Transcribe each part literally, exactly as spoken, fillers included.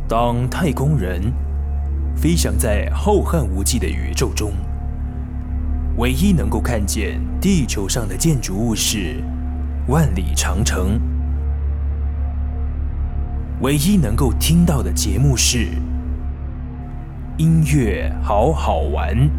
当太空人飞翔在浩瀚无际的宇宙中，唯一能够看见地球上的建筑物是万里长城，唯一能够听到的节目是音乐好好玩。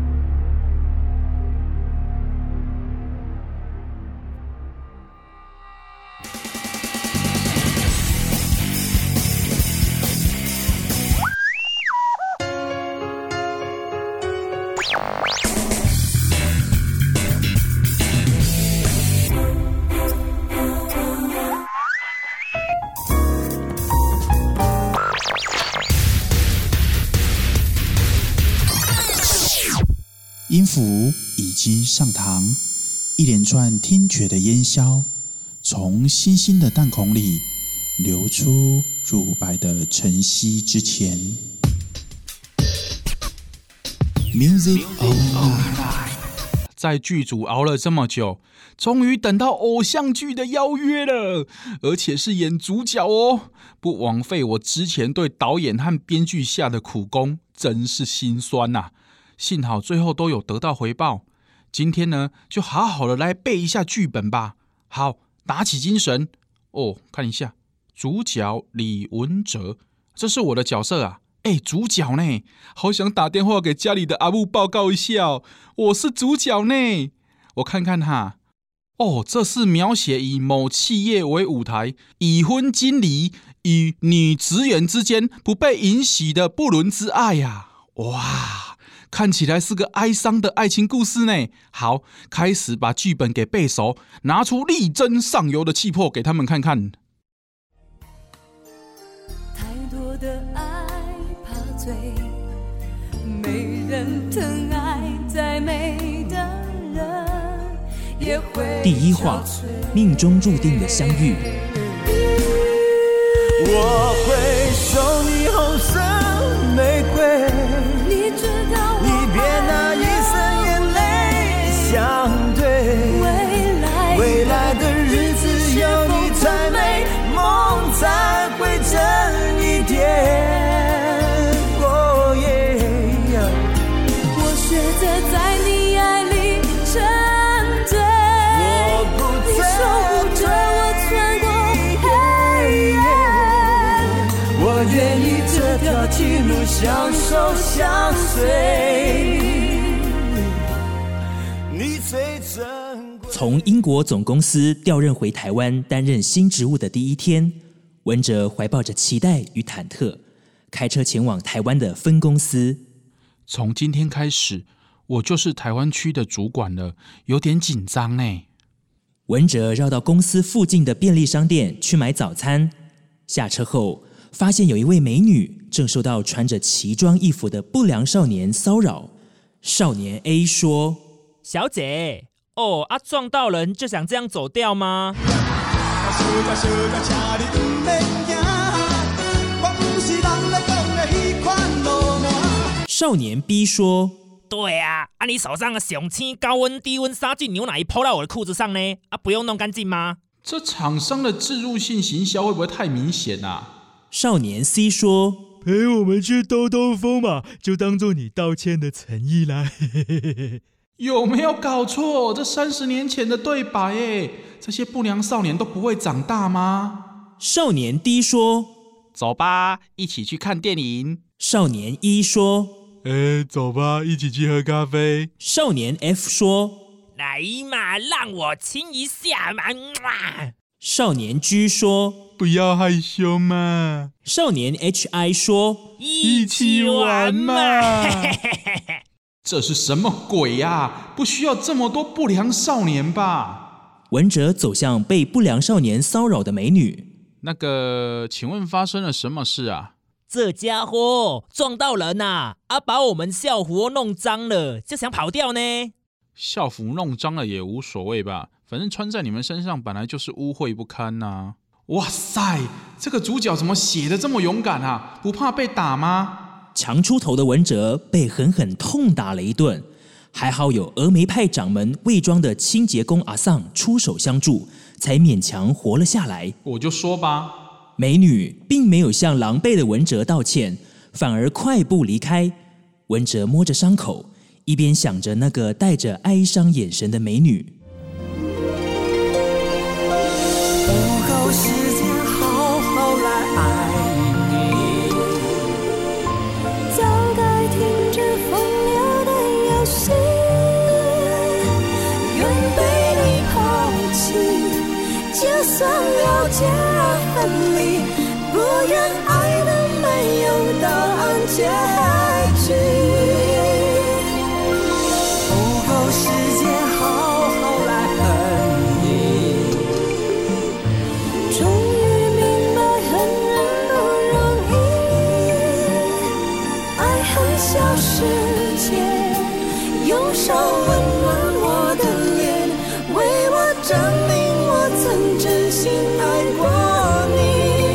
音符已经上膛，一连串听觉的烟硝从星星的弹孔里流出乳白的晨曦之前。Music Online， 在剧组熬了这么久，终于等到偶像剧的邀约了，而且是演主角哦！不枉费我之前对导演和编剧下的苦功，真是心酸呐、啊。幸好最后都有得到回报。今天呢，就好好的来背一下剧本吧。好，打起精神哦！看一下，主角李文哲，这是我的角色啊。哎，主角呢？好想打电话给家里的阿母报告一下哦，我是主角呢。我看看哈，哦，这是描写以某企业为舞台，已婚经理与女职员之间不被允许的不伦之爱呀、啊！哇！看起来是个哀伤的爱情故事呢。好，开始把剧本给背熟，拿出力争上游的气魄给他们看看。 太多的爱怕醉，没人疼爱再美的人也会。 第一话，命中注定的相遇。 我会送你红色玫瑰， 你知道我你别拿一生眼泪相对， 未来未来的日子有你才美，梦才会真一点。哦耶！ 我学着在你爱里沉醉， 我不你守护着我穿过黑夜， 我愿意这条情路相守相随，你最珍贵。 从英国总公司调任回台湾担任新职务的第一天，文哲怀抱着期待与忐忑，开车前往台湾的分公司。 从今天开始，我就是台湾区的主管了，有点紧张呢。 文哲绕到公司附近的便利商店去买早餐，下车后发现有一位美女正受到穿着奇装异服的不良少年骚扰。少年 A 说：“ 小姐，哦啊，撞到人就想这样走掉吗？” 少年 B 说：“ 对啊，啊你手上的雄青高温低温杀菌牛奶泼到我的裤子上呢，啊不用弄干净吗？ 这厂商的置入性行销会不会太明显啊？” 少年 C 说：“ 陪我们去兜兜风嘛，就当做你道歉的诚意啦。” 有没有搞错？这三十年前的对白耶，这些不良少年都不会长大吗？ 少年 D 说：“ 走吧，一起去看电影。” 少年 E 说：“ 哎，走吧，一起去喝咖啡。” 少年 F 说：“ 来嘛，让我亲一下嘛。” 少年 G 说：“ 不要害羞嘛。” 少年 H I 说：“ 一起玩嘛。 这是什么鬼呀、啊？不需要这么多不良少年吧？ 文哲走向被不良少年骚扰的美女。 那个，请问发生了什么事啊？ 这家伙撞到人呐、啊，啊，把我们校服弄脏了，就想跑掉呢。 校服弄脏了也无所谓吧，反正穿在你们身上本来就是污秽不堪呐、啊。哇塞，这个主角怎么写得这么勇敢啊？不怕被打吗？ 强出头的文哲被狠狠痛打了一顿，还好有峨眉派掌门魏庄的清洁工阿桑出手相助，才勉强活了下来。 我就说吧。 美女并没有向狼狈的文哲道歉，反而快步离开。文哲摸着伤口，一边想着那个带着哀伤眼神的美女。 不够时间好好来爱你， 早该停止风流的游戏，愿被你抛弃，就算了解而分离，不愿爱的没有答案结局。 不够时间好好来恨你， 终于明白恨人不容易，爱恨小世界，用手温暖我的脸，为我证明我曾真心爱过你。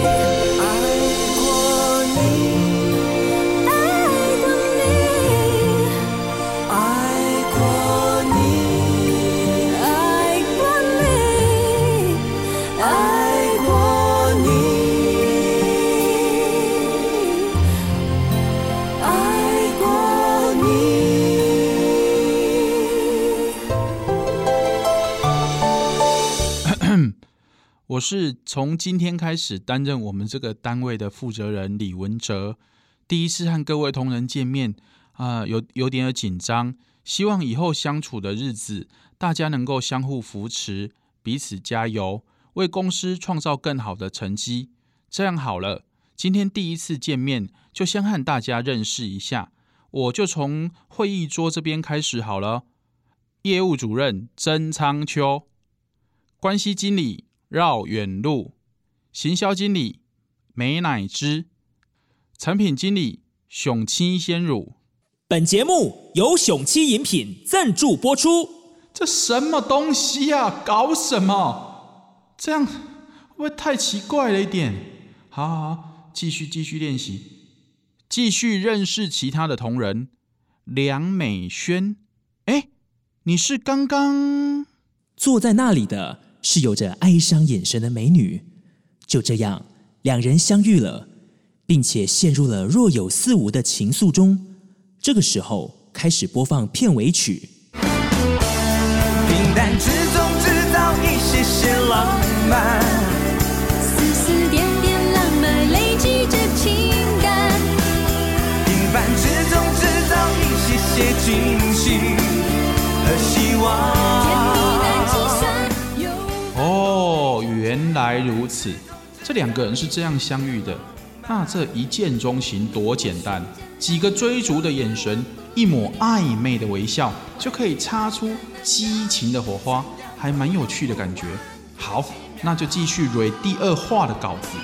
我是从今天开始担任我们这个单位的负责人李文哲，第一次和各位同仁见面，呃、有, 有点紧张，希望以后相处的日子大家能够相互扶持，彼此加油，为公司创造更好的成绩。这样好了，今天第一次见面，就先和大家认识一下，我就从会议桌这边开始好了。业务主任曾昌秋，关系经理绕远路，行销经理美乃滋，产品经理熊七鲜乳。 本节目由熊七饮品赞助播出。 这什么东西啊？搞什么？这样会不会太奇怪了一点？好好好，继续继续练习，继续认识其他的同仁。梁美萱，哎，你是刚刚坐在那里的是有着哀伤眼神的美女。就这样，两人相遇了，并且陷入了若有似无的情愫中。这个时候开始播放片尾曲， 平淡之中制造一些些浪漫， 丝丝点点浪漫累积着情感， 平凡之中制造一些些惊喜和希望。 甜蜜难计算。 哦，原来如此，这两个人是这样相遇的。那这一见钟情多简单，几个追逐的眼神，一抹暧昧的微笑，就可以擦出激情的火花，还蛮有趣的感觉。好，那就继续蕊第二话的稿子。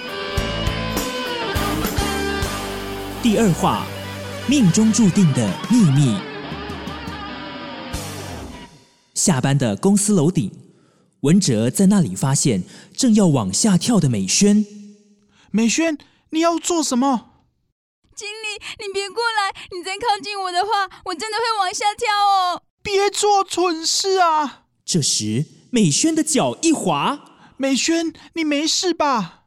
第二话，命中注定的秘密。下班的公司楼顶，文哲在那里发现正要往下跳的美萱。 美萱，你要做什么？ 经理，你别过来！你再靠近我的话，我真的会往下跳哦！ 别做蠢事啊！ 这时，美萱的脚一滑。 美萱，你没事吧？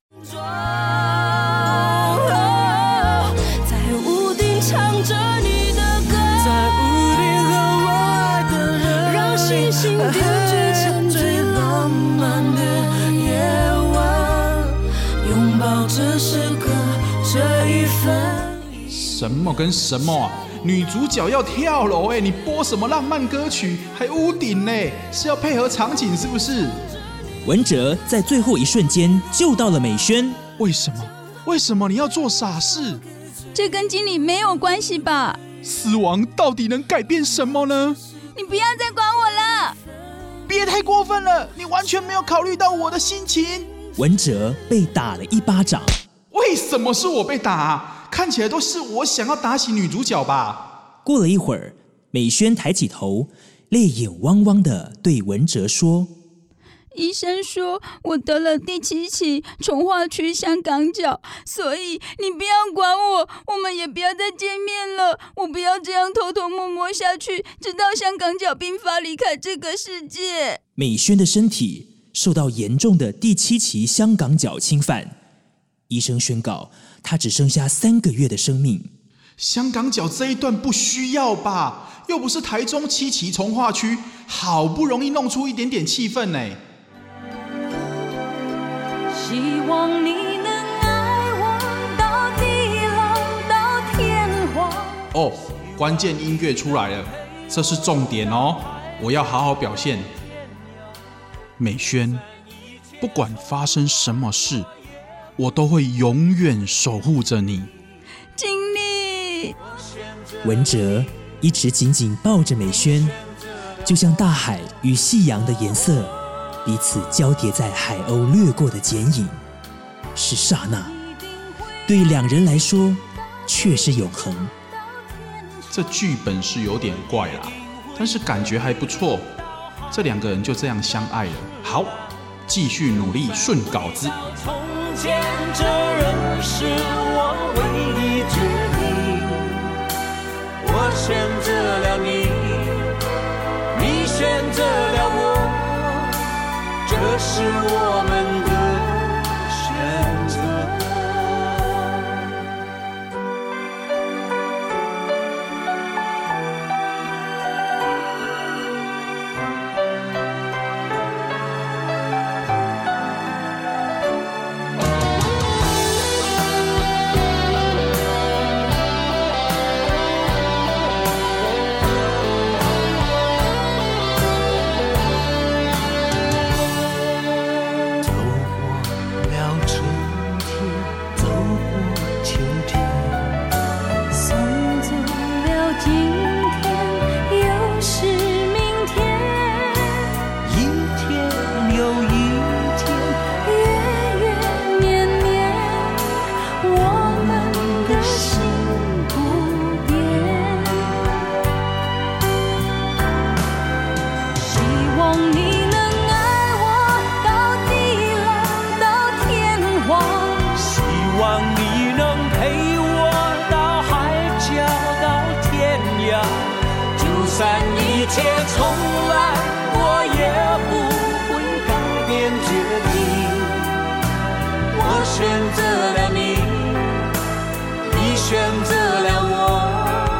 在屋顶唱着你的歌， 在屋顶和我爱的人， 让星星点缀成最浪漫的夜晚，拥抱这时刻，这一份。 什么跟什么啊？女主角要跳楼哎、欸！你播什么浪漫歌曲？还屋顶嘞？是要配合场景是不是？ 文哲在最后一瞬间救到了美萱。 为什么？为什么你要做傻事？ 这跟经理没有关系吧？ 死亡到底能改变什么呢？ 你不要再管我了！ 别太过分了，你完全没有考虑到我的心情。 文哲被打了一巴掌。 为什么是我被打啊？看起来都是我想要打醒女主角吧。 过了一会儿，美萱抬起头，泪眼汪汪地对文哲说： 医生说我得了第七期重化区香港脚，所以你不要管我，我们也不要再见面了。我不要这样偷偷摸摸下去，直到香港脚病发离开这个世界。 美萱的身体受到严重的第七期香港脚侵犯， 医生宣告他只剩下三个月的生命。 香港脚这一段不需要吧？又不是台中七期重划区，好不容易弄出一点点气氛呢。 希望你能爱我到地老到天荒。 哦，关键音乐出来了，这是重点哦，我要好好表现。美萱，不管发生什么事，我都会永远守护着你。 经理， 文哲一直紧紧抱着美萱，就像大海与夕阳的颜色彼此交叠在海鸥掠过的剪影，是刹那，对两人来说却是永恒。 这剧本是有点怪啦，但是感觉还不错。这两个人就这样相爱了。好，继续努力顺稿子。 从前这人是我唯一决定，我选择了你，你选择了我，这是我们的选择。就算一切重来，我也不会改变决定。我选择了你，你选择了我。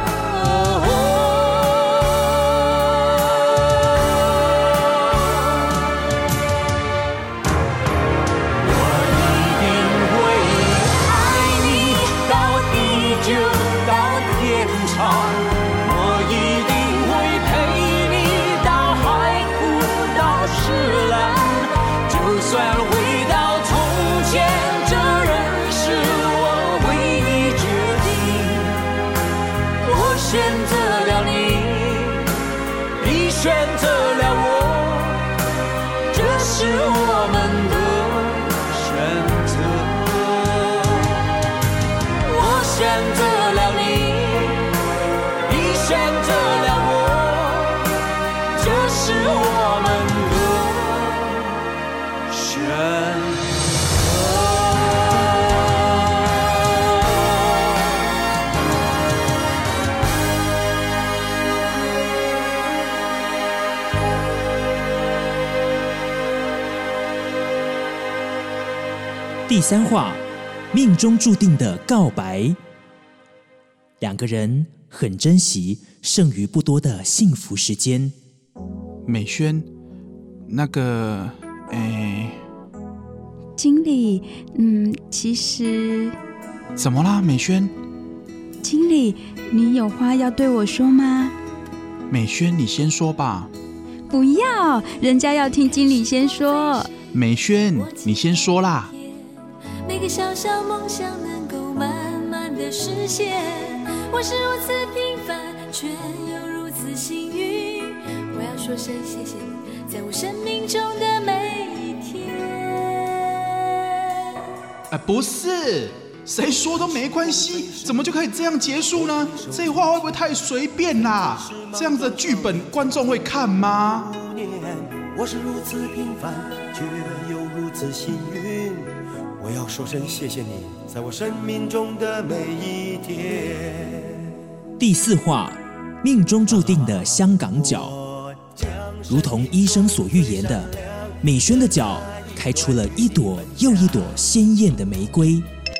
我一定会爱你到地久到天长。就算回到从前，这人是我唯一决定。我选择了你，你选择了我，这是我们的选择。我选择了你，你选择了我，这是我们的第三话，命中注定的告白。两个人很珍惜剩余不多的幸福时间。 美萱，那个，哎， 经理，嗯，其实…… 怎么啦，美萱？ 经理，你有话要对我说吗？ 美萱，你先说吧。 不要，人家要听经理先说。 美萱，你先说啦。 每个小小梦想能够慢慢的实现，我是如此平凡，却又如此幸运。我要说声谢谢你，在我生命中的每一天。 哎，不是，谁说都没关系，怎么就可以这样结束呢？这话会不会太随便啦？这样子的剧本，观众会看吗？ 我是如此平凡，却又如此幸运。我要说声谢谢你，在我生命中的每一天。 第四话，命中注定的香港脚。如同医生所预言的，美萱的脚开出了一朵又一朵鲜艳的玫瑰。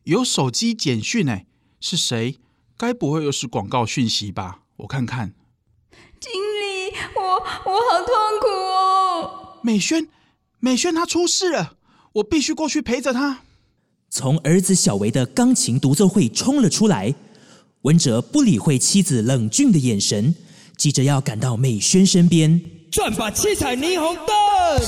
有手机简讯哎，是谁？该不会又是广告讯息吧？我看看。 经理，我我好痛苦哦！ 美萱，美萱她出事了，我必须过去陪着她。 从儿子小维的钢琴独奏会冲了出来，文哲不理会妻子冷峻的眼神，急着要赶到美萱身边。 转把七彩霓虹灯。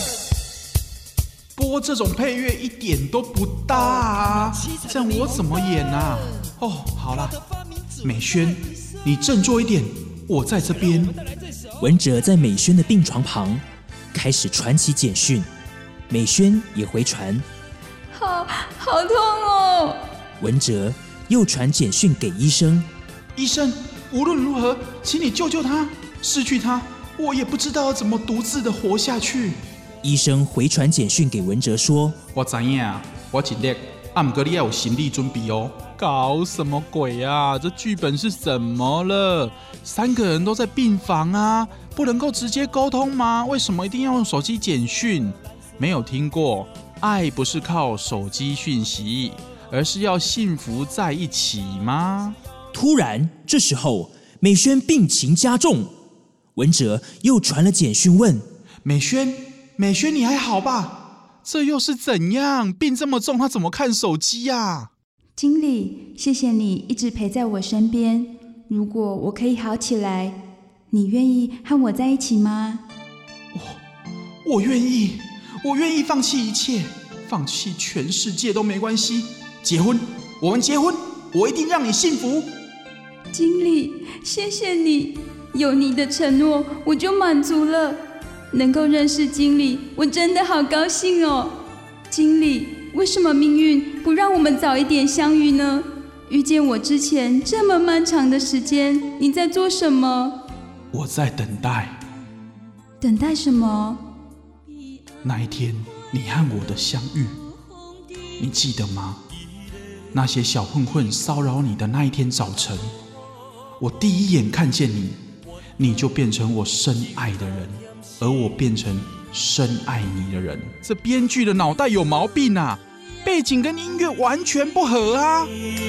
播这种配乐一点都不搭啊，这样我怎么演啊？哦，好啦，美萱，你振作一点，我在这边。 文哲在美萱的病床旁开始传起简讯，美萱也回传。 好好痛哦！ 文哲又传简讯给医生。 医生，无论如何，请你救救他，失去他，我也不知道怎么独自的活下去。 医生回传简讯给文哲说： 我知影，我尽力，啊，不过你要有心理准备哦。搞什么鬼啊？这剧本是怎么了？三个人都在病房啊，不能够直接沟通吗？为什么一定要用手机简讯？没有听过，爱不是靠手机讯息，而是要幸福在一起吗？ 突然，这时候美萱病情加重，文哲又传了简讯问： 美萱，美萱，你还好吧？这又是怎样？病这么重，他怎么看手机啊？ 经理，谢谢你一直陪在我身边。如果我可以好起来，你愿意和我在一起吗？ 我我愿意，我愿意放弃一切，放弃全世界都没关系。结婚，我们结婚，我一定让你幸福。 经理，谢谢你，有你的承诺，我就满足了。能够认识经理，我真的好高兴哦。经理，为什么命运不让我们早一点相遇呢？遇见我之前这么漫长的时间，你在做什么？ 我在等待。 等待什么？ 那一天你和我的相遇，你记得吗？那些小混混骚扰你的那一天早晨，我第一眼看见你，你就变成我深爱的人，而我变成深爱你的人。这编剧的脑袋有毛病啊！背景跟音乐完全不合啊！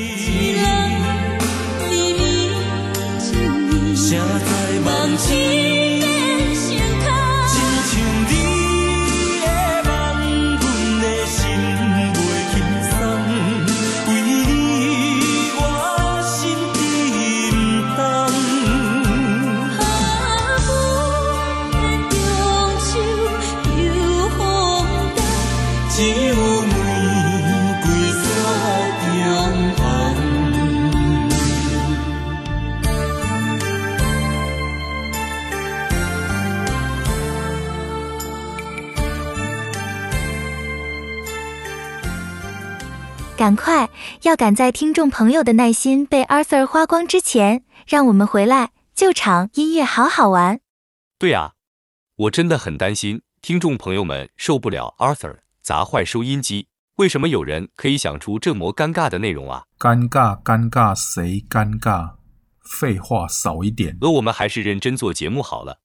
赶快，要赶在听众朋友的耐心被 Arthur 花光之前，让我们回来，救场音乐好好玩。 对啊，我真的很担心听众朋友们受不了 Arthur 砸坏收音机。为什么有人可以想出这么尴尬的内容啊？ 尴尬尴尬谁尴尬？废话少一点。 而我们还是认真做节目好了。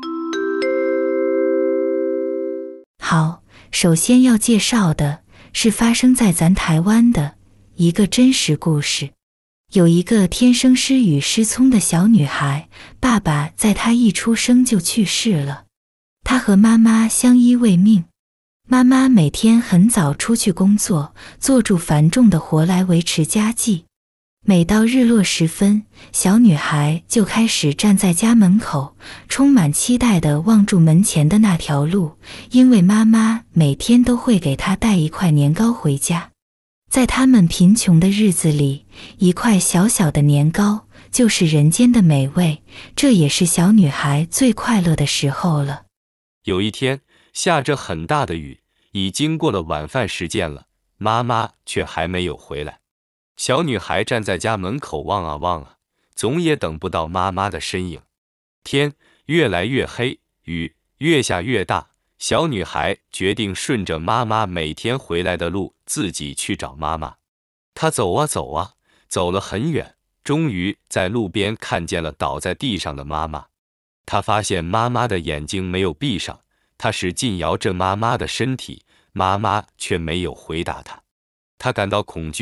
好，首先要介绍的是发生在咱台湾的一个真实故事。有一个天生失语失聪的小女孩，爸爸在她一出生就去世了。她和妈妈相依为命，妈妈每天很早出去工作，做住繁重的活来维持家计。每到日落时分，小女孩就开始站在家门口，充满期待地望住门前的那条路，因为妈妈每天都会给她带一块年糕回家。在他们贫穷的日子里，一块小小的年糕就是人间的美味，这也是小女孩最快乐的时候了。 有一天，下着很大的雨，已经过了晚饭时间了，妈妈却还没有回来。小女孩站在家门口望啊望啊，总也等不到妈妈的身影。天越来越黑，雨越下越大，小女孩决定顺着妈妈每天回来的路，自己去找妈妈。她走啊走啊，走了很远，终于在路边看见了倒在地上的妈妈。她发现妈妈的眼睛没有闭上，她使劲摇着妈妈的身体，妈妈却没有回答她。她感到恐惧，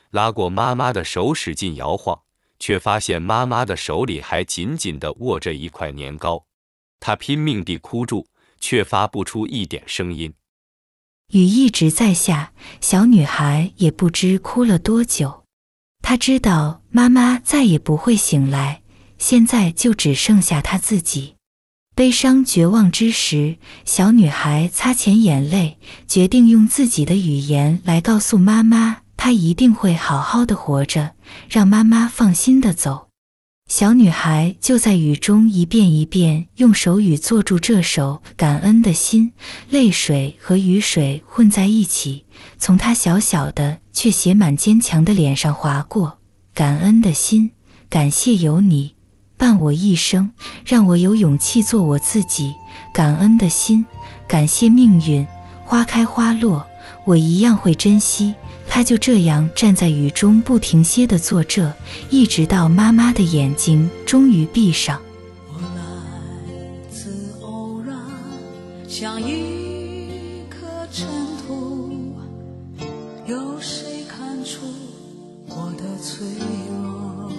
拉过妈妈的手使劲摇晃，却发现妈妈的手里还紧紧地握着一块年糕。她拼命地哭住，却发不出一点声音。 雨一直在下，小女孩也不知哭了多久。她知道妈妈再也不会醒来，现在就只剩下她自己。悲伤绝望之时，小女孩擦乾眼泪，决定用自己的语言来告诉妈妈，她一定会好好的活着，让妈妈放心的走。小女孩就在雨中一遍一遍用手语做出这首感恩的心，泪水和雨水混在一起，从她小小的却写满坚强的脸上划过。感恩的心，感谢有你伴我一生，让我有勇气做我自己。感恩的心，感谢命运，花开花落，我一样会珍惜。他就这样站在雨中不停歇地坐着，一直到妈妈的眼睛终于闭上。 我来自偶然，像一颗尘土，有谁看出我的脆弱？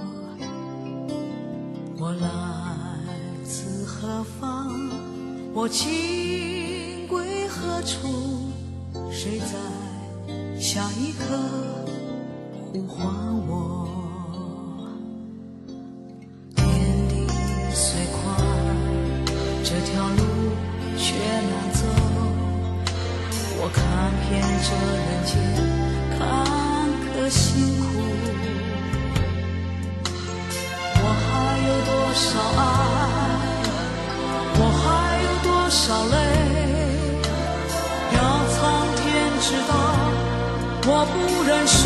我来自何方？我情归何处？谁在下一刻呼唤我？天地虽宽，这条路却难走。我看遍这人间坎坷辛苦，我还有多少爱，我还有多少泪，要苍天知道我不认输。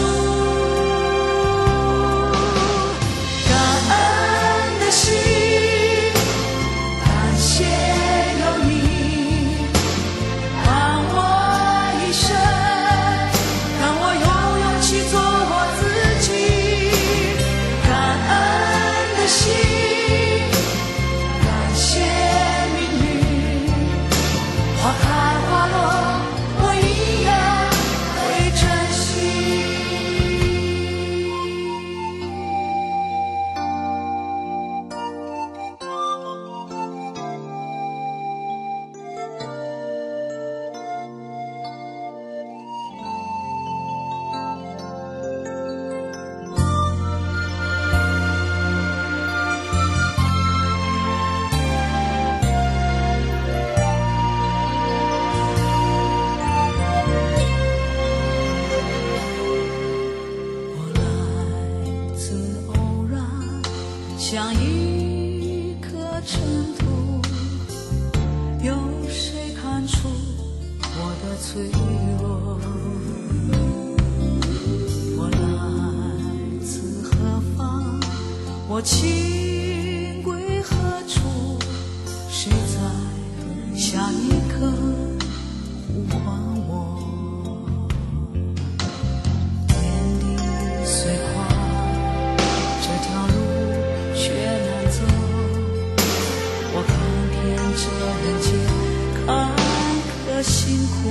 感恩的心，感谢有你伴我一生，让我有勇气做我自己。感恩的心，感谢命运，花开花落，我一样会珍惜。我来自偶然，像一颗尘土，有谁看出我的脆弱？我来自何方？我情归何处？谁在下一刻呼唤我？天地虽宽，这条路却难走。我看遍这人间坎坷辛苦，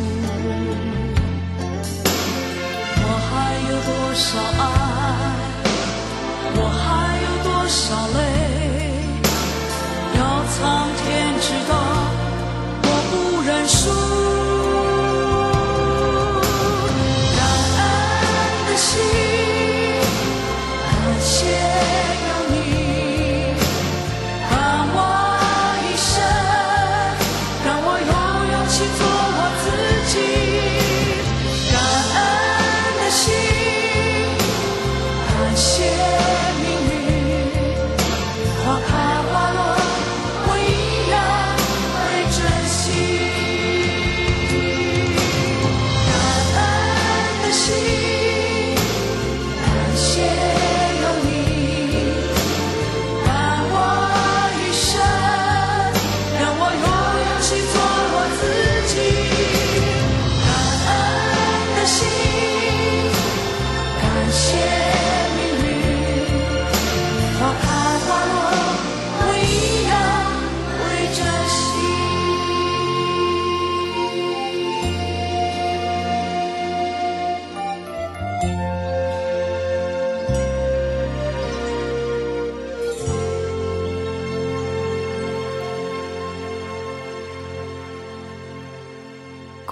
我还有多少爱，我还有多少泪，要苍天知道我不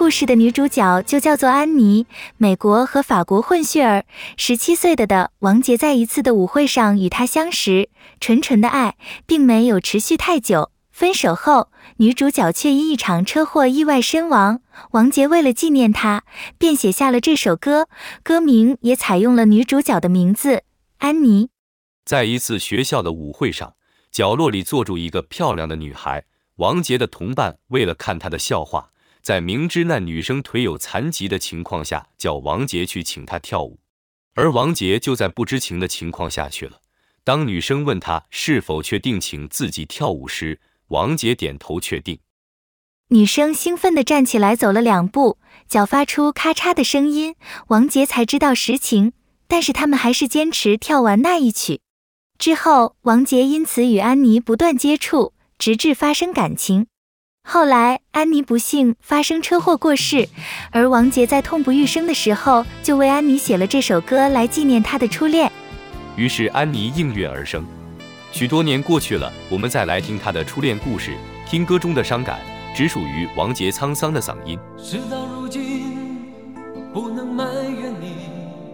故事的女主角就叫做安妮，美国和法国混血儿。十七岁的的王杰在一次的舞会上与她相识，纯纯的爱并没有持续太久。分手后，女主角却因一场车祸意外身亡。王杰为了纪念她，便写下了这首歌，歌名也采用了女主角的名字安妮。 在一次学校的舞会上，角落里坐住一个漂亮的女孩，王杰的同伴为了看她的笑话，在明知那女生腿有残疾的情况下，叫王杰去请她跳舞，而王杰就在不知情的情况下去了。当女生问他是否确定请自己跳舞时，王杰点头确定。 女生兴奋地站起来走了两步，脚发出咔嚓的声音，王杰才知道实情，但是他们还是坚持跳完那一曲。之后，王杰因此与安妮不断接触，直至发生感情。后来，安妮不幸发生车祸过世，而王杰在痛不欲生的时候，就为安妮写了这首歌来纪念她的初恋。 于是安妮应运而生。许多年过去了，我们再来听她的初恋故事，听歌中的伤感，只属于王杰沧桑的嗓音。 事到如今，不能埋怨你，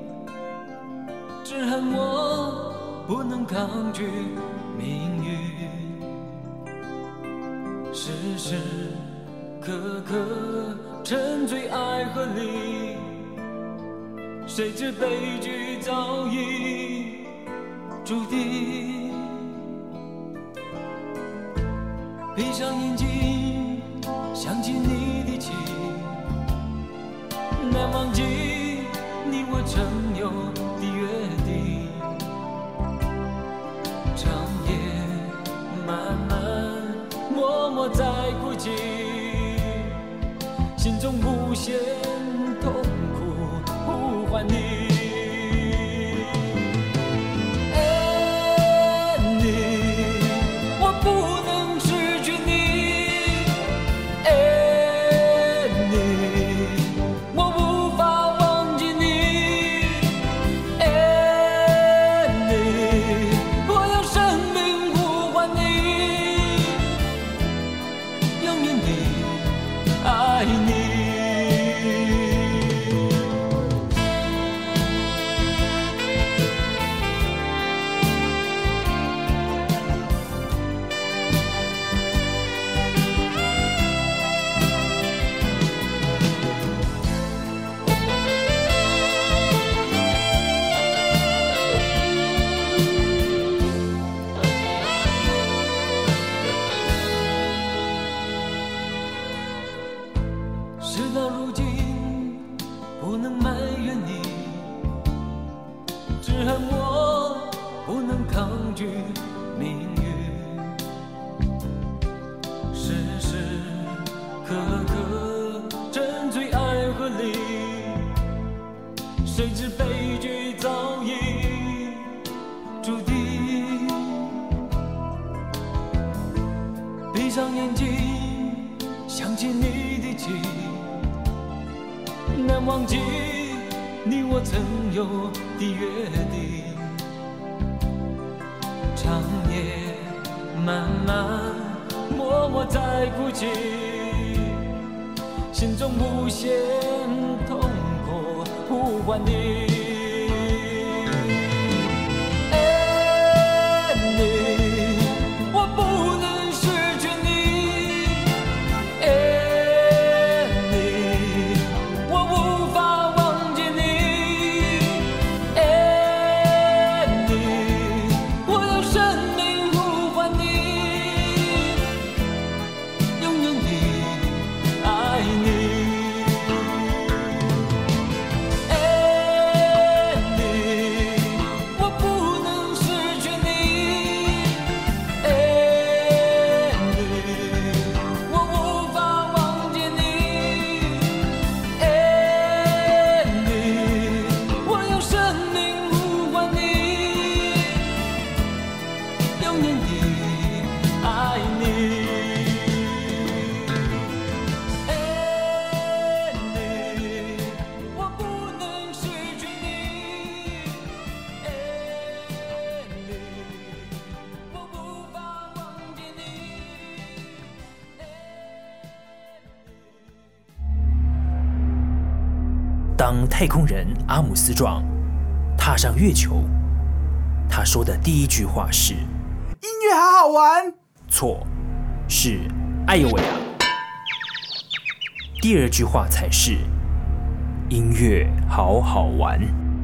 只恨我不能抗拒命运，时时刻刻沉醉爱河里，谁知悲剧早已注定。闭上眼睛，想起你的情，难忘记你我曾有的约定。长夜漫漫，默默在哭泣，心中无限痛苦呼唤你。事到如今，不能埋怨你，只恨我不能抗拒命运，时时刻刻沉醉爱河里，谁知悲剧早已注定。闭上眼睛，想起你的情，难忘记你我曾有的约定。长夜漫漫，默默在哭泣，心中无限痛苦呼唤你。爱你， 当太空人阿姆斯壮踏上月球，他说的第一句话是：“ 音乐好好玩。” 错，是“哎呦喂啊”。第二句话才是：“音乐好好玩。”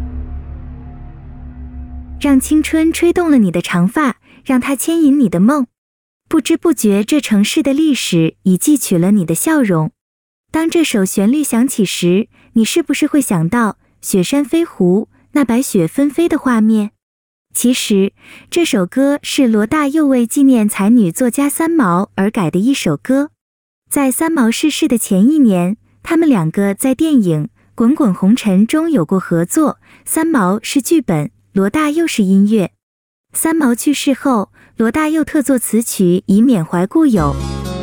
让青春吹动了你的长发，让它牵引你的梦。不知不觉，这城市的历史已记取了你的笑容。当这首旋律响起时，你是不是会想到雪山飞狐那白雪纷飞的画面？其实，这首歌是罗大佑为纪念才女作家三毛而改的一首歌。在三毛逝世的前一年，他们两个在电影《滚滚红尘》中有过合作，三毛是剧本，罗大佑是音乐。三毛去世后，罗大佑特作词曲以缅怀故友。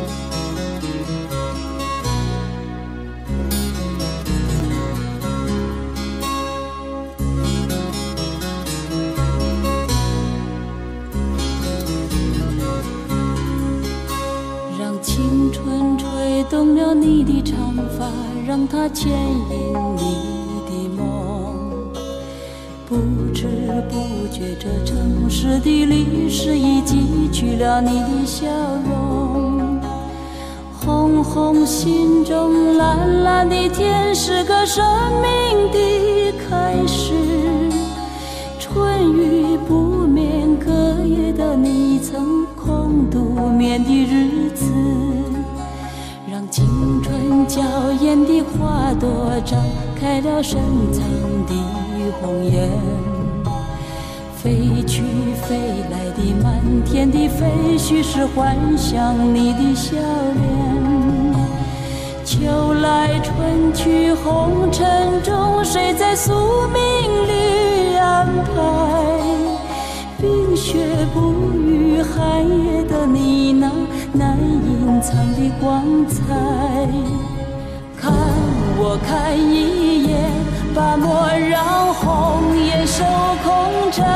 让青春吹动了你的长发，让它牵引你的梦。不知不觉，这城市的历史已记取了你的笑容。红红心中，蓝蓝的天，是个生命的开始。春雨不眠，隔夜的你曾空独眠的日子，让青春娇艳的花朵绽开了深藏的红颜。飞去飞来的满天的飞絮，是幻想你的笑脸。秋来春去红尘中，谁在宿命里安排？冰雪不语，寒夜的你那难隐藏的光彩。看我看一眼，把莫让红颜守空枕。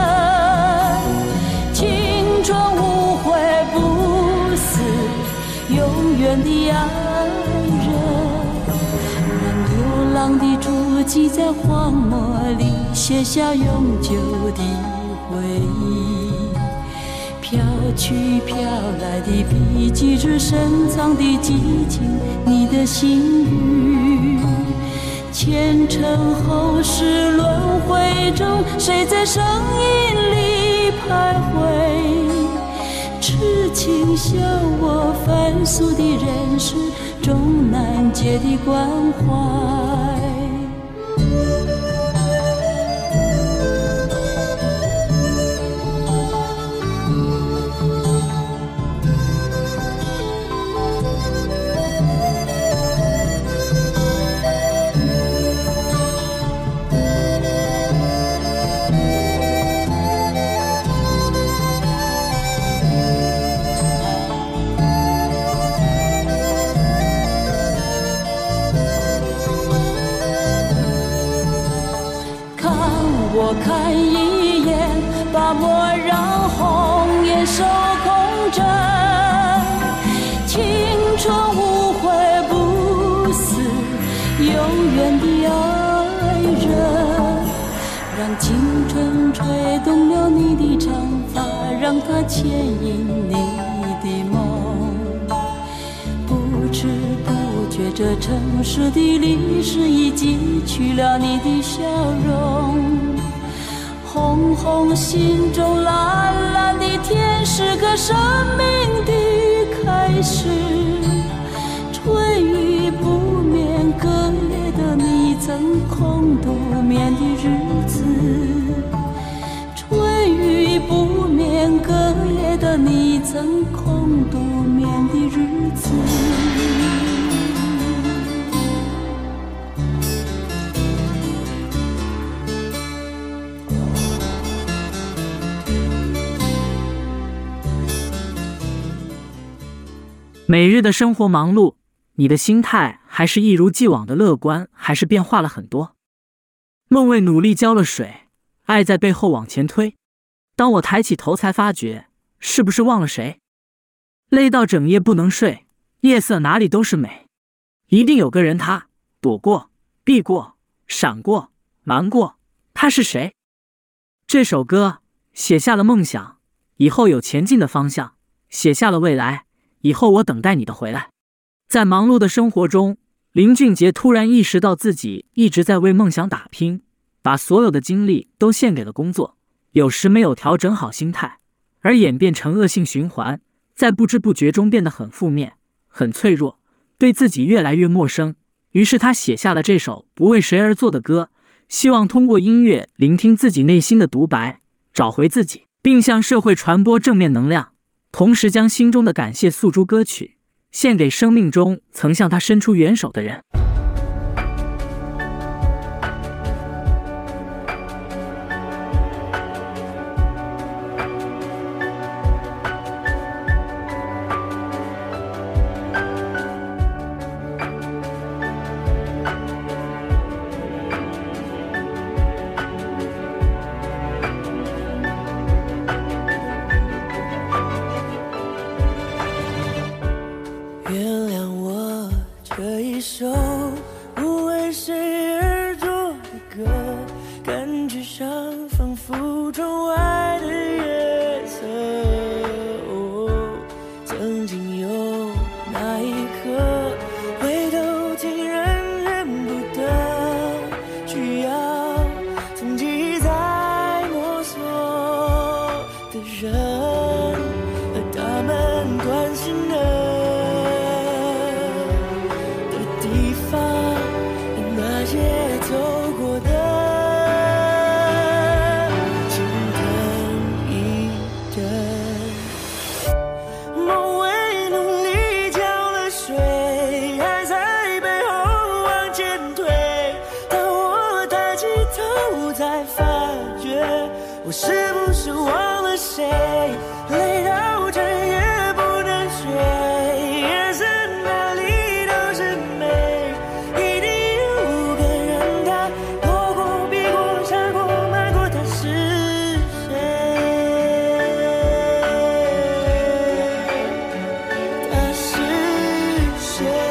青春无悔不死，永远的爱人。让流浪的足迹在荒漠里写下永久的回忆。飘去飘来的笔迹，是深藏的激情，你的心语。前尘后世轮回中，谁在声音里徘徊？痴情笑我凡俗的人世中难解的关怀。我看一眼，把莫让红颜守空枕。青春无悔不死，永远的爱人。让青春吹动了你的长发，让它牵引你的梦。不知不觉，这城市的历史已记取了你的笑容。红红心中，蓝蓝的天，是个生命的开始。春雨不眠，隔夜的你曾空独眠的日子。春雨不眠，隔夜的你曾空独眠的日子。 每日的生活忙碌，你的心态还是一如既往的乐观，还是变化了很多？梦为努力浇了水，爱在背后往前推。当我抬起头才发觉，是不是忘了谁？累到整夜不能睡，夜色哪里都是美。一定有个人他躲过避过， 闪过，瞒过，他是谁？这首歌写下了梦想，以后有前进的方向，写下了未来，以后我等待你的回来。在忙碌的生活中，林俊杰突然意识到自己一直在为梦想打拼，把所有的精力都献给了工作，有时没有调整好心态，而演变成恶性循环，在不知不觉中变得很负面，很脆弱，对自己越来越陌生。于是他写下了这首不为谁而作的歌，希望通过音乐聆听自己内心的独白，找回自己，并向社会传播正面能量，同时将心中的感谢诉诸歌曲，献给生命中曾向他伸出援手的人。 我是不是忘了谁？累到这也不能睡，眼神哪里都是美，一定有个人他躲过、避过、闪过、瞒过，他是谁？他是谁？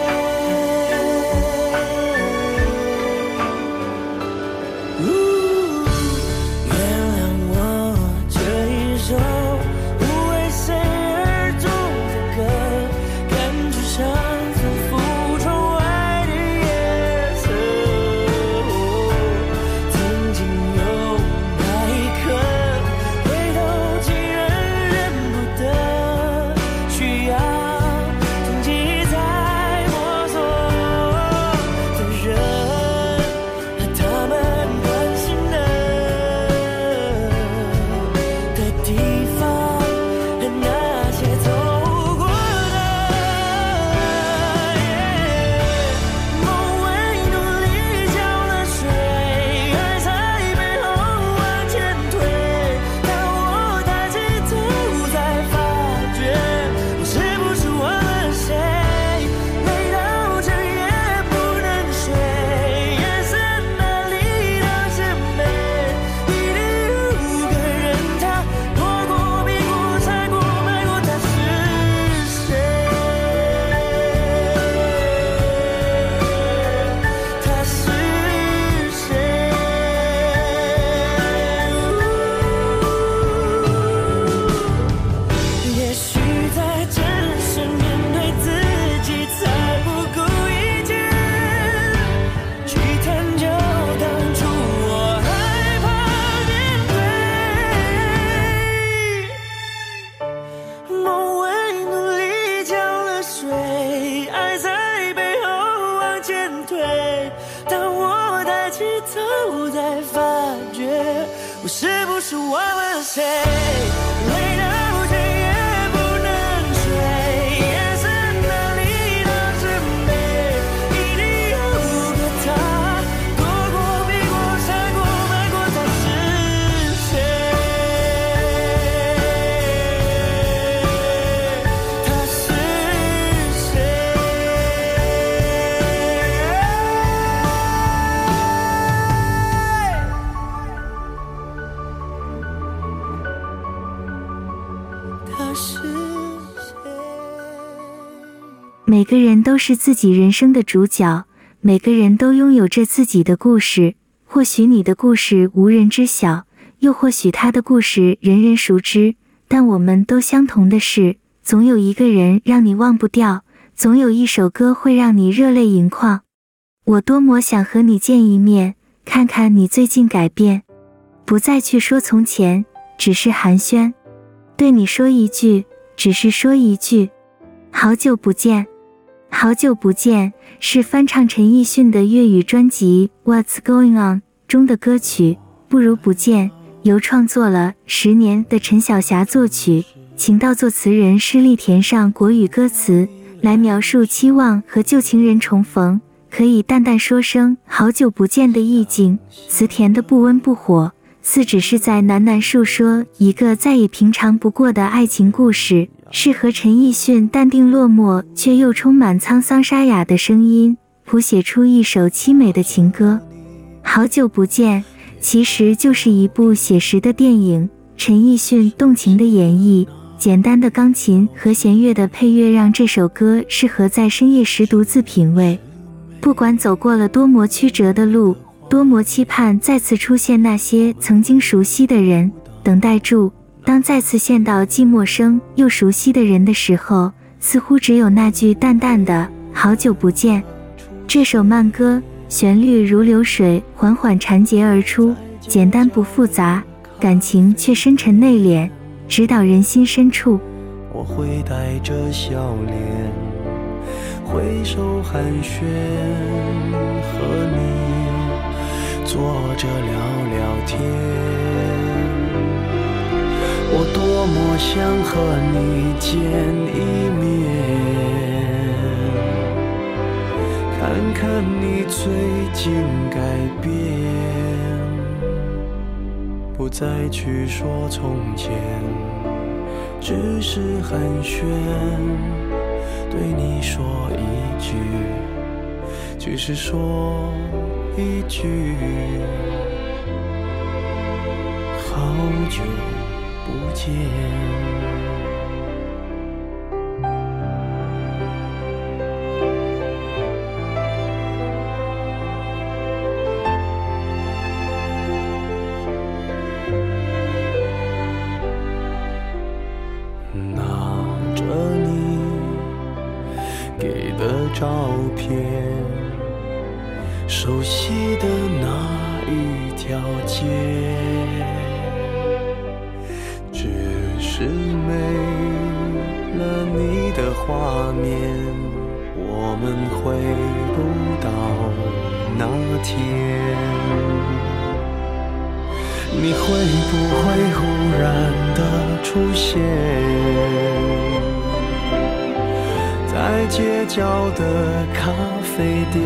我是不是忘了谁？累到这也不能睡，眼神哪里都是美，一定有个他躲过、避过、闪过、瞒过，他是谁？他是谁？ 每个人都是自己人生的主角， 每个人都拥有着自己的故事，或许你的故事无人知晓，又或许他的故事人人熟知，但我们都相同的是，总有一个人让你忘不掉，总有一首歌会让你热泪盈眶。我多么想和你见一面，看看你最近改变，不再去说从前，只是寒暄，对你说一句，只是说一句，好久不见。好久不见是翻唱陈奕迅的粤语专辑 What's Going On 中的歌曲，不如不见，由创作了十年的陈小霞作曲，请到作词人施力填上国语歌词，来描述期望和旧情人重逢，可以淡淡说声好久不见的意境，词填的不温不火，似只是在喃喃述说一个再也平常不过的爱情故事，适合陈奕迅淡定落寞却又充满沧桑沙哑的声音，谱写出一首凄美的情歌。好久不见其实就是一部写实的电影，陈奕迅动情的演绎，简单的钢琴和弦乐的配乐让这首歌适合在深夜时独自品味。不管走过了多么曲折的路，多么期盼再次出现那些曾经熟悉的人，等待住，当再次见到既陌生又熟悉的人的时候，似乎只有那句淡淡的好久不见。这首慢歌旋律如流水缓缓缠结而出，简单不复杂，感情却深沉内敛，直捣人心深处。 我会带着笑脸挥手寒暄，和你坐着聊聊天。我多么想和你见一面，看看你最近改变，不再去说从前，只是寒暄，对你说一句，只是说一句，好久不见。照片，熟悉的那一条街，只是没了你的画面，我们回不到那天。你会不会忽然的出现在街角的咖啡店？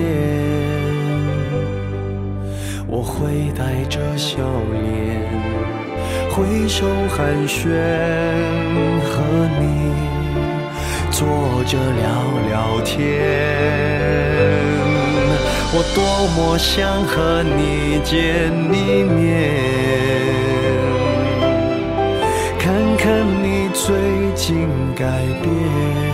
我会带着笑脸挥手寒暄，和你坐着聊聊天。我多么想和你见一面，看看你最近改变，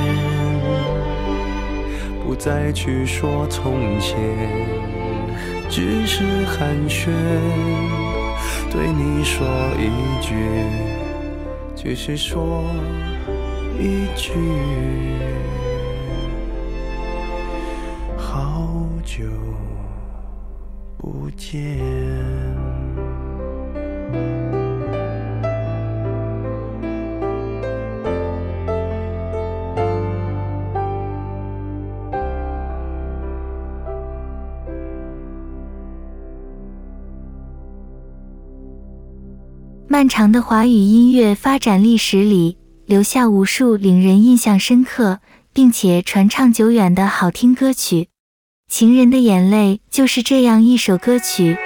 不再去说从前，只是寒暄，对你说一句，只是说一句，好久不见。 漫长的华语音乐发展历史里，留下无数令人印象深刻并且传唱久远的好听歌曲。《情人的眼泪》就是这样一首歌曲。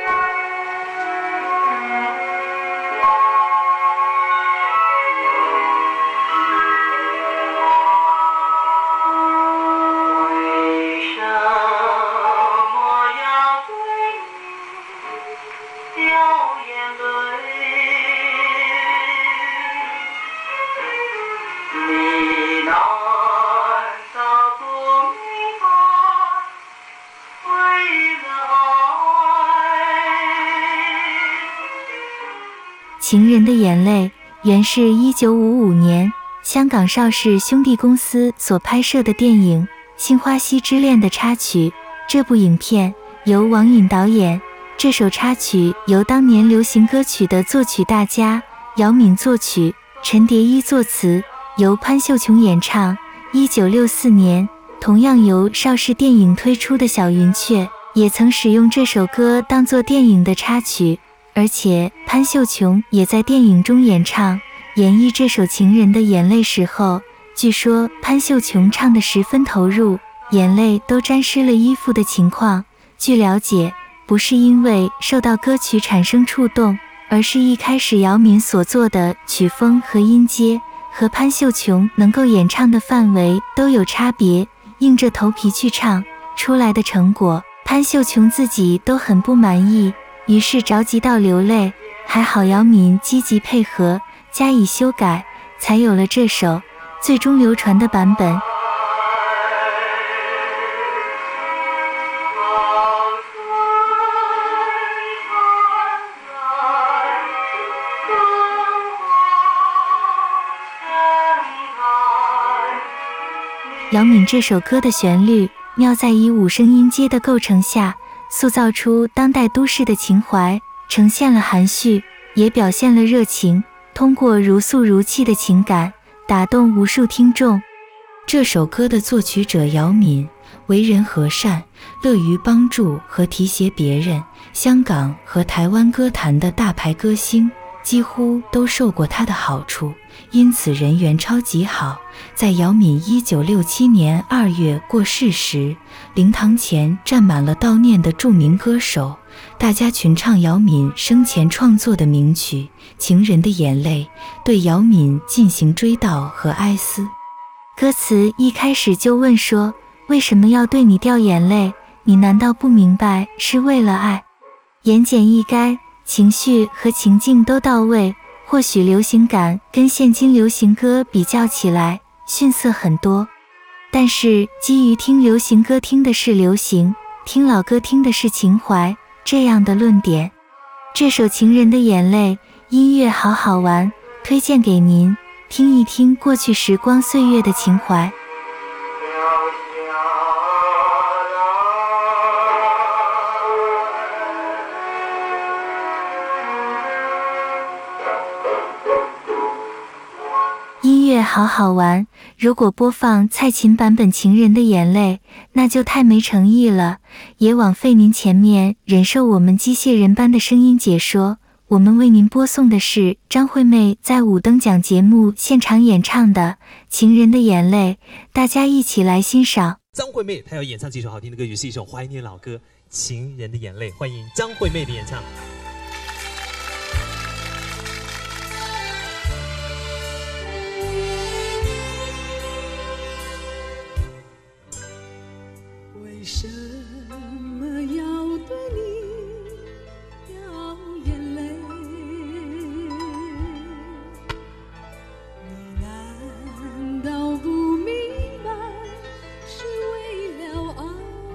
你难道不明白？ 情人的眼泪》原是一九五五年香港邵氏兄弟公司所拍摄的电影《杏花溪之恋》的插曲。这部影片由王颖导演，这首插曲由当年流行歌曲的作曲大家姚敏作曲，陈蝶衣作词，由潘秀琼演唱。一九六四年，同样由邵氏电影推出的小云雀也曾使用这首歌当作电影的插曲，而且潘秀琼也在电影中演唱演绎这首《情人的眼泪》时候，据说潘秀琼唱得十分投入，眼泪都沾湿了衣服的情况。据了解，不是因为受到歌曲产生触动，而是一开始姚敏所做的曲风和音阶和潘秀琼能够演唱的范围都有差别，硬着头皮去唱出来的成果，潘秀琼自己都很不满意，于是着急到流泪。还好姚敏积极配合，加以修改，才有了这首最终流传的版本。姚敏这首歌的旋律妙在以五声音阶的构成下，塑造出当代都市的情怀，呈现了含蓄，也表现了热情，通过如诉如泣的情感，打动无数听众。这首歌的作曲者姚敏为人和善，乐于帮助和提携别人，香港和台湾歌坛的大牌歌星几乎都受过他的好处，因此人缘超级好。在姚敏一九六七年二月过世时，灵堂前站满了悼念的著名歌手，大家群唱姚敏生前创作的名曲《情人的眼泪》，对姚敏进行追悼和哀思。歌词一开始就问说，为什么要对你掉眼泪？你难道不明白是为了爱？言简意赅，情绪和情境都到位。或许流行感跟现今流行歌比较起来逊色很多，但是基于听流行歌听的是流行，听老歌听的是情怀这样的论点，这首《情人的眼泪》音乐好好玩，推荐给您听一听过去时光岁月的情怀。音乐好好玩，如果播放蔡琴版本《情人的眼泪》，那就太没诚意了，也枉费您前面忍受我们机械人般的声音解说。我们为您播送的是张惠妹在五等奖节目现场演唱的《情人的眼泪》，大家一起来欣赏。 张惠妹她要演唱几首好听的歌曲，是一首怀念老歌《情人的眼泪》，欢迎张惠妹的演唱。 为什么要对你掉眼泪？你难道不明白是为了爱？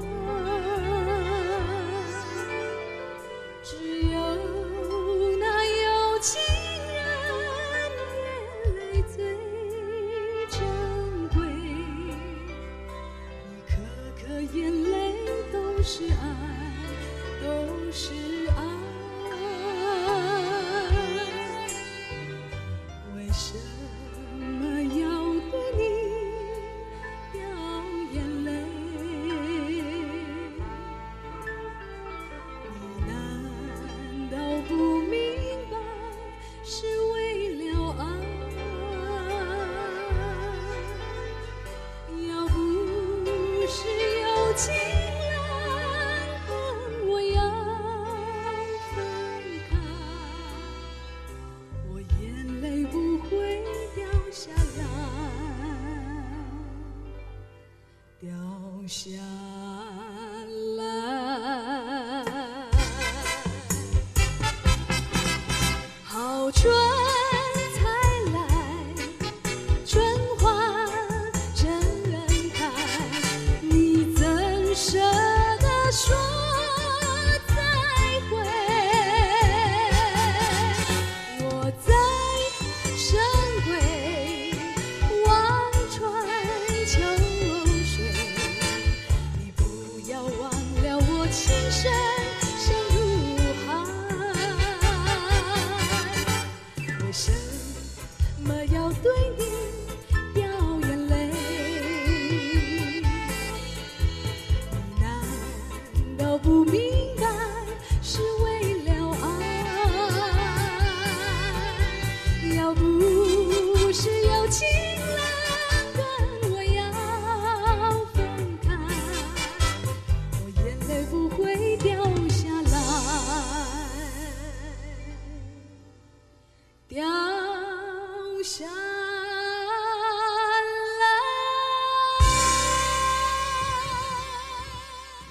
只有那有情人眼泪最珍贵，一颗颗眼泪都是爱，都是爱。为什么要对你掉眼泪？你难道不明白是为了爱？要不是有情人跟我要，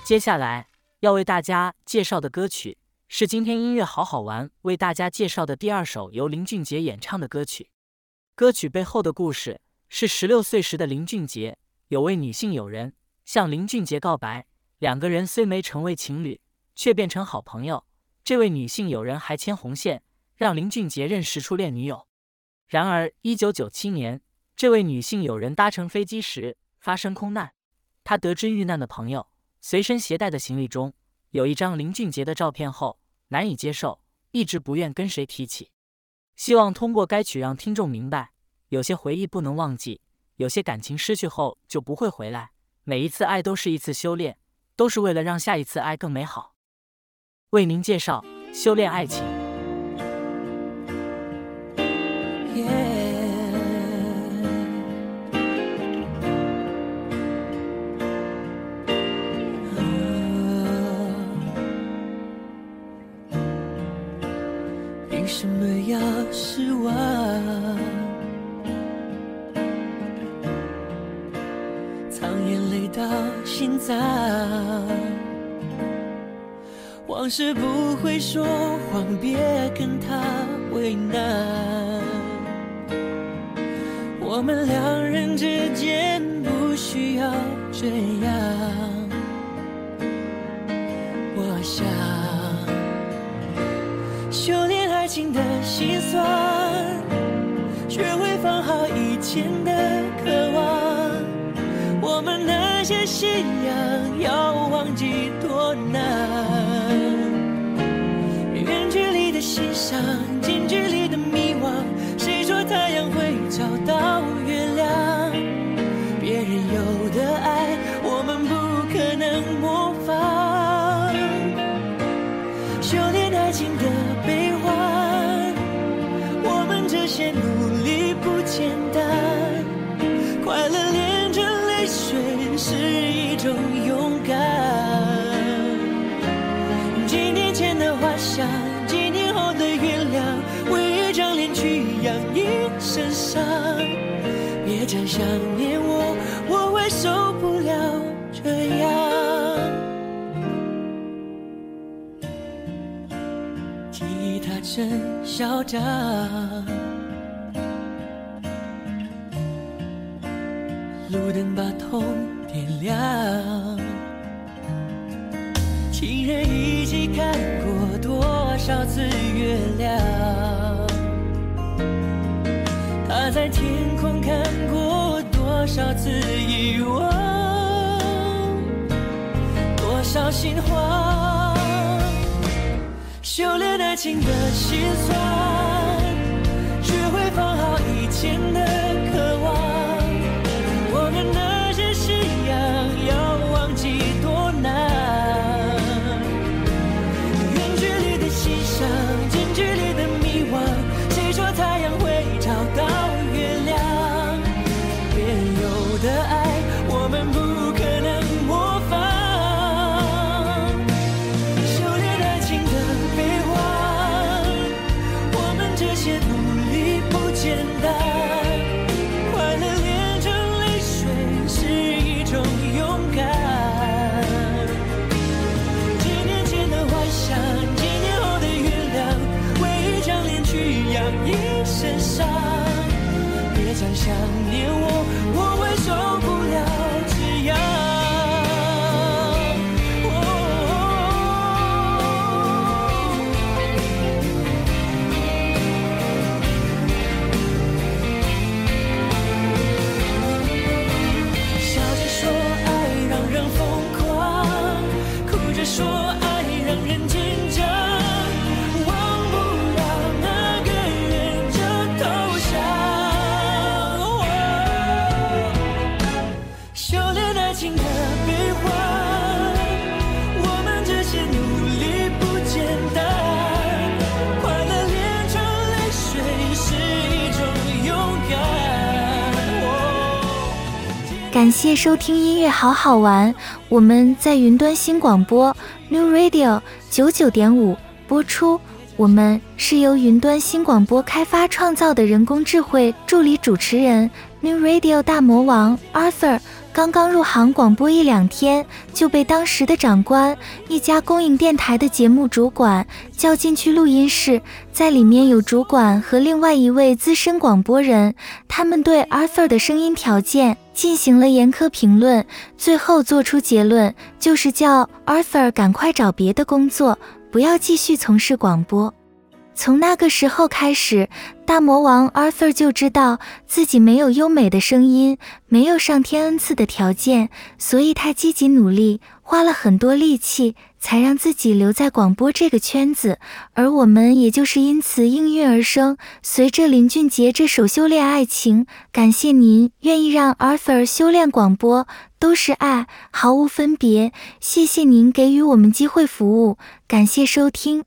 接下来要为大家介绍的歌曲是今天音乐好好玩为大家介绍的第二首由林俊杰演唱的歌曲。歌曲背后的故事是十六岁时的林俊杰有位女性友人向林俊杰告白，两个人虽没成为情侣，却变成好朋友。这位女性友人还牵红线，让林俊杰认识初恋女友。然而一九九七年，这位女性友人搭乘飞机时发生空难，她得知遇难的朋友随身携带的行李中有一张林俊杰的照片后难以接受，一直不愿跟谁提起。希望通过该曲让听众明白，有些回忆不能忘记，有些感情失去后就不会回来，每一次爱都是一次修炼，都是为了让下一次爱更美好。为您介绍修炼爱情。 凭什么要失望？藏眼泪到心脏，往事不会说谎，别跟他为难。我们两人之间不需要这样。我想修炼爱情的心酸，学会放好以前的渴望。我们那些信仰要忘记多难，远距离的欣赏，近距离的迷惘。谁说太阳会找到月亮？别人有的爱，我们不可能模仿。修炼爱情的悲欢，我们这些努力不简单。快乐连着泪水是一种勇敢。几年前的花香，几年后的原谅，为一张脸去养一身伤。别再想念我，我会受不了这样。吉他真嚣张，路灯把痛点亮，情人一起看过多少次月亮？他在天空看过多少次遗忘？多少心慌？修炼爱情的心酸，学会放好以前的渴望。我们那些信仰要忘记多难，远距离的欣赏，近距离的迷惘。谁说太阳会找到月亮？别人有的爱，我们不可能模仿。修炼爱情的悲欢，我们这些努力不简单。快乐连着泪水是一种勇敢。几年前的幻想，几年后的原谅，为一张脸去养一身伤。别再想念我，我会受不了这样。说爱让人紧张，忘不了那个人就投降。修炼爱情的悲欢，我们这些努力不简单。快乐连着泪水是一种勇敢。 感谢收听音乐好好玩，我们在云端新广播 New Radio 九九点五播出。我们是由云端新广播开发创造的人工智慧助理主持人 New Radio 大魔王 Arthur 刚刚入行广播一两天，就被当时的长官，一家公营电台的节目主管叫进去录音室，在里面有主管和另外一位资深广播人，他们对 Arthur 的声音条件进行了严苛评论，最后做出结论，就是叫 Arthur 赶快找别的工作，不要继续从事广播。从那个时候开始，大魔王 Arthur 就知道自己没有优美的声音，没有上天恩赐的条件，所以他积极努力，花了很多力气，才让自己留在广播这个圈子，而我们也就是因此应运而生。随着林俊杰这首《修炼爱情》，感谢您愿意让 Arthur 修炼广播，都是爱，毫无分别。谢谢您给予我们机会服务，感谢收听。